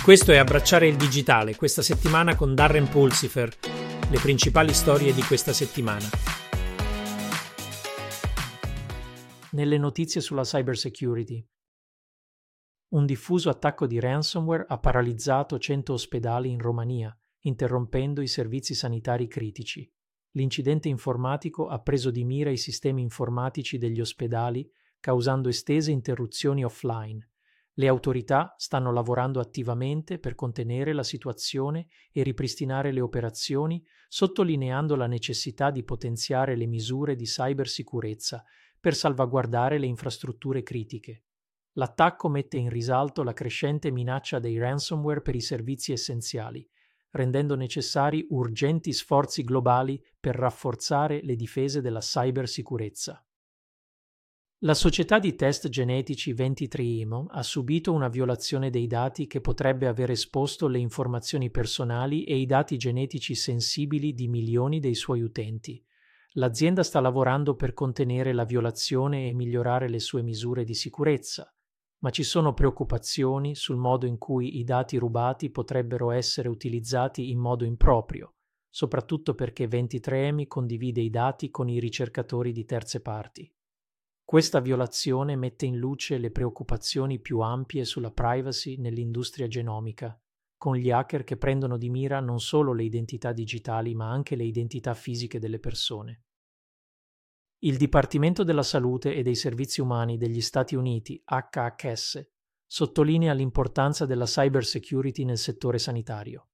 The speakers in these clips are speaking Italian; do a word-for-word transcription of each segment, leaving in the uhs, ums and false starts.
Questo è Abbracciare il digitale, questa settimana con Darren Pulsifer, le principali storie di questa settimana. Nelle notizie sulla cybersecurity. Un diffuso attacco di ransomware ha paralizzato cento ospedali in Romania, interrompendo i servizi sanitari critici. L'incidente informatico ha preso di mira i sistemi informatici degli ospedali, causando estese interruzioni offline. Le autorità stanno lavorando attivamente per contenere la situazione e ripristinare le operazioni, sottolineando la necessità di potenziare le misure di cybersicurezza per salvaguardare le infrastrutture critiche. L'attacco mette in risalto la crescente minaccia dei ransomware per i servizi essenziali, rendendo necessari urgenti sforzi globali per rafforzare le difese della cybersicurezza. La società di test genetici ventitree ha subito una violazione dei dati che potrebbe aver esposto le informazioni personali e i dati genetici sensibili di milioni dei suoi utenti. L'azienda sta lavorando per contenere la violazione e migliorare le sue misure di sicurezza, ma ci sono preoccupazioni sul modo in cui i dati rubati potrebbero essere utilizzati in modo improprio, soprattutto perché ventitree emme condivide i dati con i ricercatori di terze parti. Questa violazione mette in luce le preoccupazioni più ampie sulla privacy nell'industria genomica, con gli hacker che prendono di mira non solo le identità digitali ma anche le identità fisiche delle persone. Il Dipartimento della Salute e dei Servizi Umani degli Stati Uniti, H H S, sottolinea l'importanza della cybersecurity nel settore sanitario.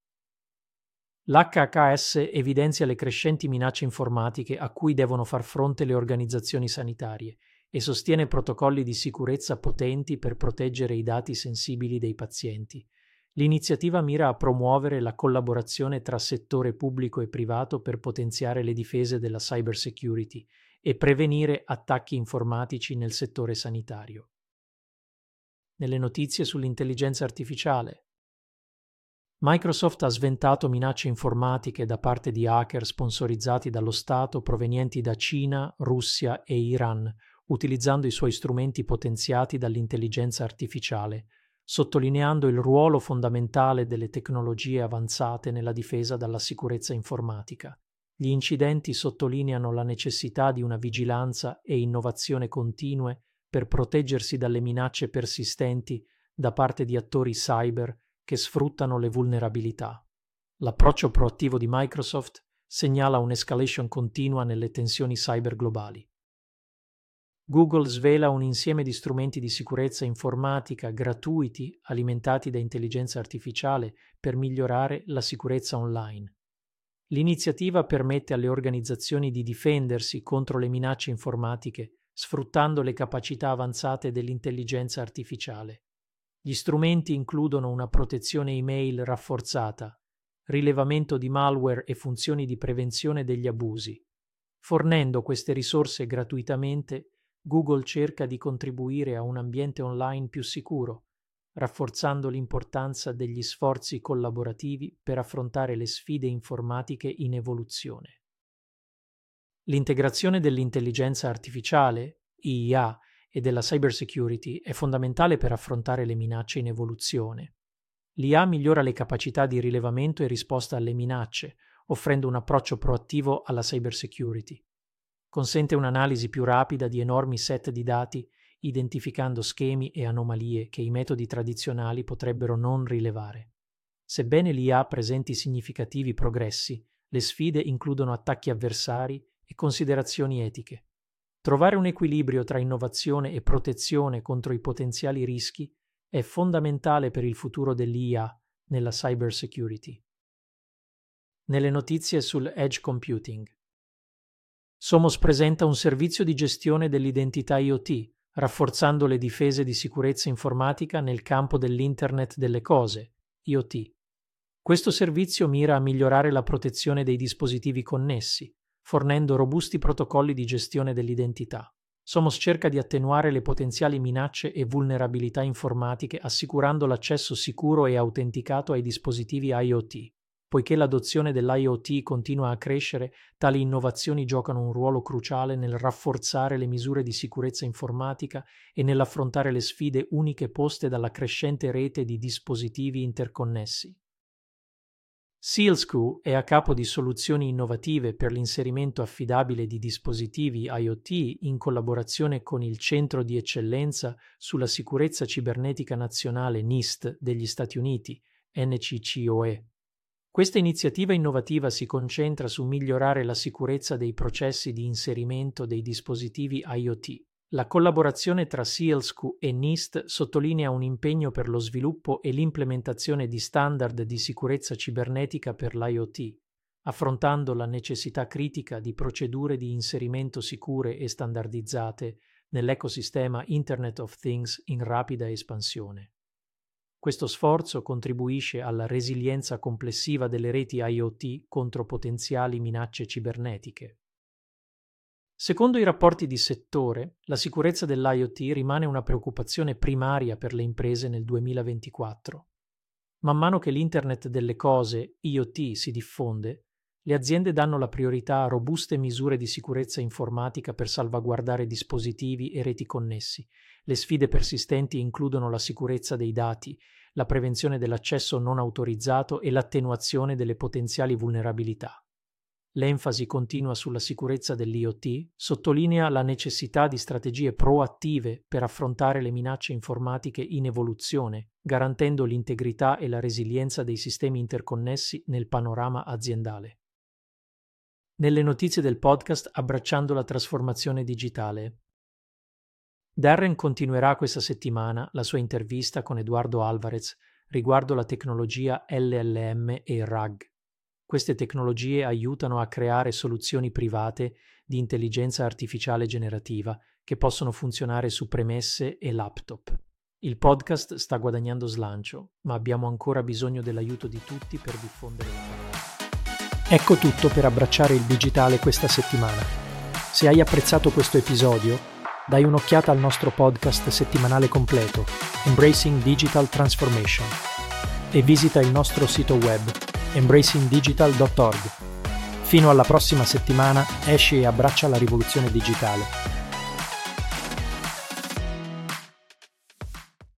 L'H H S evidenzia le crescenti minacce informatiche a cui devono far fronte le organizzazioni sanitarie e sostiene protocolli di sicurezza potenti per proteggere i dati sensibili dei pazienti. L'iniziativa mira a promuovere la collaborazione tra settore pubblico e privato per potenziare le difese della cybersecurity e prevenire attacchi informatici nel settore sanitario. Nelle notizie sull'intelligenza artificiale. Microsoft ha sventato minacce informatiche da parte di hacker sponsorizzati dallo Stato provenienti da Cina, Russia e Iran, utilizzando i suoi strumenti potenziati dall'intelligenza artificiale, sottolineando il ruolo fondamentale delle tecnologie avanzate nella difesa dalla sicurezza informatica. Gli incidenti sottolineano la necessità di una vigilanza e innovazione continue per proteggersi dalle minacce persistenti da parte di attori cyber che sfruttano le vulnerabilità. L'approccio proattivo di Microsoft segnala un'escalation continua nelle tensioni cyber globali. Google svela un insieme di strumenti di sicurezza informatica gratuiti alimentati da intelligenza artificiale per migliorare la sicurezza online. L'iniziativa permette alle organizzazioni di difendersi contro le minacce informatiche sfruttando le capacità avanzate dell'intelligenza artificiale. Gli strumenti includono una protezione email rafforzata, rilevamento di malware e funzioni di prevenzione degli abusi. Fornendo queste risorse gratuitamente, Google cerca di contribuire a un ambiente online più sicuro, rafforzando l'importanza degli sforzi collaborativi per affrontare le sfide informatiche in evoluzione. L'integrazione dell'intelligenza artificiale, I I A, e della cybersecurity è fondamentale per affrontare le minacce in evoluzione. L'I A migliora le capacità di rilevamento e risposta alle minacce, offrendo un approccio proattivo alla cybersecurity. Consente un'analisi più rapida di enormi set di dati, identificando schemi e anomalie che i metodi tradizionali potrebbero non rilevare. Sebbene l'I A presenti significativi progressi, le sfide includono attacchi avversari e considerazioni etiche. Trovare un equilibrio tra innovazione e protezione contro i potenziali rischi è fondamentale per il futuro dell'I A nella cybersecurity. Nelle notizie sul edge computing. Somos presenta un servizio di gestione dell'identità I O T, rafforzando le difese di sicurezza informatica nel campo dell'Internet delle cose, I O T. Questo servizio mira a migliorare la protezione dei dispositivi connessi, fornendo robusti protocolli di gestione dell'identità. Somos cerca di attenuare le potenziali minacce e vulnerabilità informatiche assicurando l'accesso sicuro e autenticato ai dispositivi I O T. Poiché l'adozione dell'I O T continua a crescere, tali innovazioni giocano un ruolo cruciale nel rafforzare le misure di sicurezza informatica e nell'affrontare le sfide uniche poste dalla crescente rete di dispositivi interconnessi. SealSQ è a capo di soluzioni innovative per l'inserimento affidabile di dispositivi I O T in collaborazione con il Centro di Eccellenza sulla Sicurezza Cibernetica Nazionale NIST degli Stati Uniti, N C C O E. Questa iniziativa innovativa si concentra su migliorare la sicurezza dei processi di inserimento dei dispositivi I O T. La collaborazione tra SealSQ e NIST sottolinea un impegno per lo sviluppo e l'implementazione di standard di sicurezza cibernetica per l'I O T, affrontando la necessità critica di procedure di inserimento sicure e standardizzate nell'ecosistema Internet of Things in rapida espansione. Questo sforzo contribuisce alla resilienza complessiva delle reti I O T contro potenziali minacce cibernetiche. Secondo i rapporti di settore, la sicurezza dell'I O T rimane una preoccupazione primaria per le imprese nel duemilaventiquattro. Man mano che l'Internet delle cose, I O T, si diffonde, le aziende danno la priorità a robuste misure di sicurezza informatica per salvaguardare dispositivi e reti connessi. Le sfide persistenti includono la sicurezza dei dati, la prevenzione dell'accesso non autorizzato e l'attenuazione delle potenziali vulnerabilità. L'enfasi continua sulla sicurezza dell'I O T sottolinea la necessità di strategie proattive per affrontare le minacce informatiche in evoluzione, garantendo l'integrità e la resilienza dei sistemi interconnessi nel panorama aziendale. Nelle notizie del podcast Abbracciando la trasformazione digitale. Darren continuerà questa settimana la sua intervista con Eduardo Alvarez riguardo la tecnologia L L M e R A G. Queste tecnologie aiutano a creare soluzioni private di intelligenza artificiale generativa che possono funzionare su premesse e laptop. Il podcast sta guadagnando slancio, ma abbiamo ancora bisogno dell'aiuto di tutti per diffondere la parola. Ecco tutto per abbracciare il digitale questa settimana. Se hai apprezzato questo episodio, dai un'occhiata al nostro podcast settimanale completo, Embracing Digital Transformation, e visita il nostro sito web, embracing digital dot org. Fino alla prossima settimana, esci e abbraccia la rivoluzione digitale.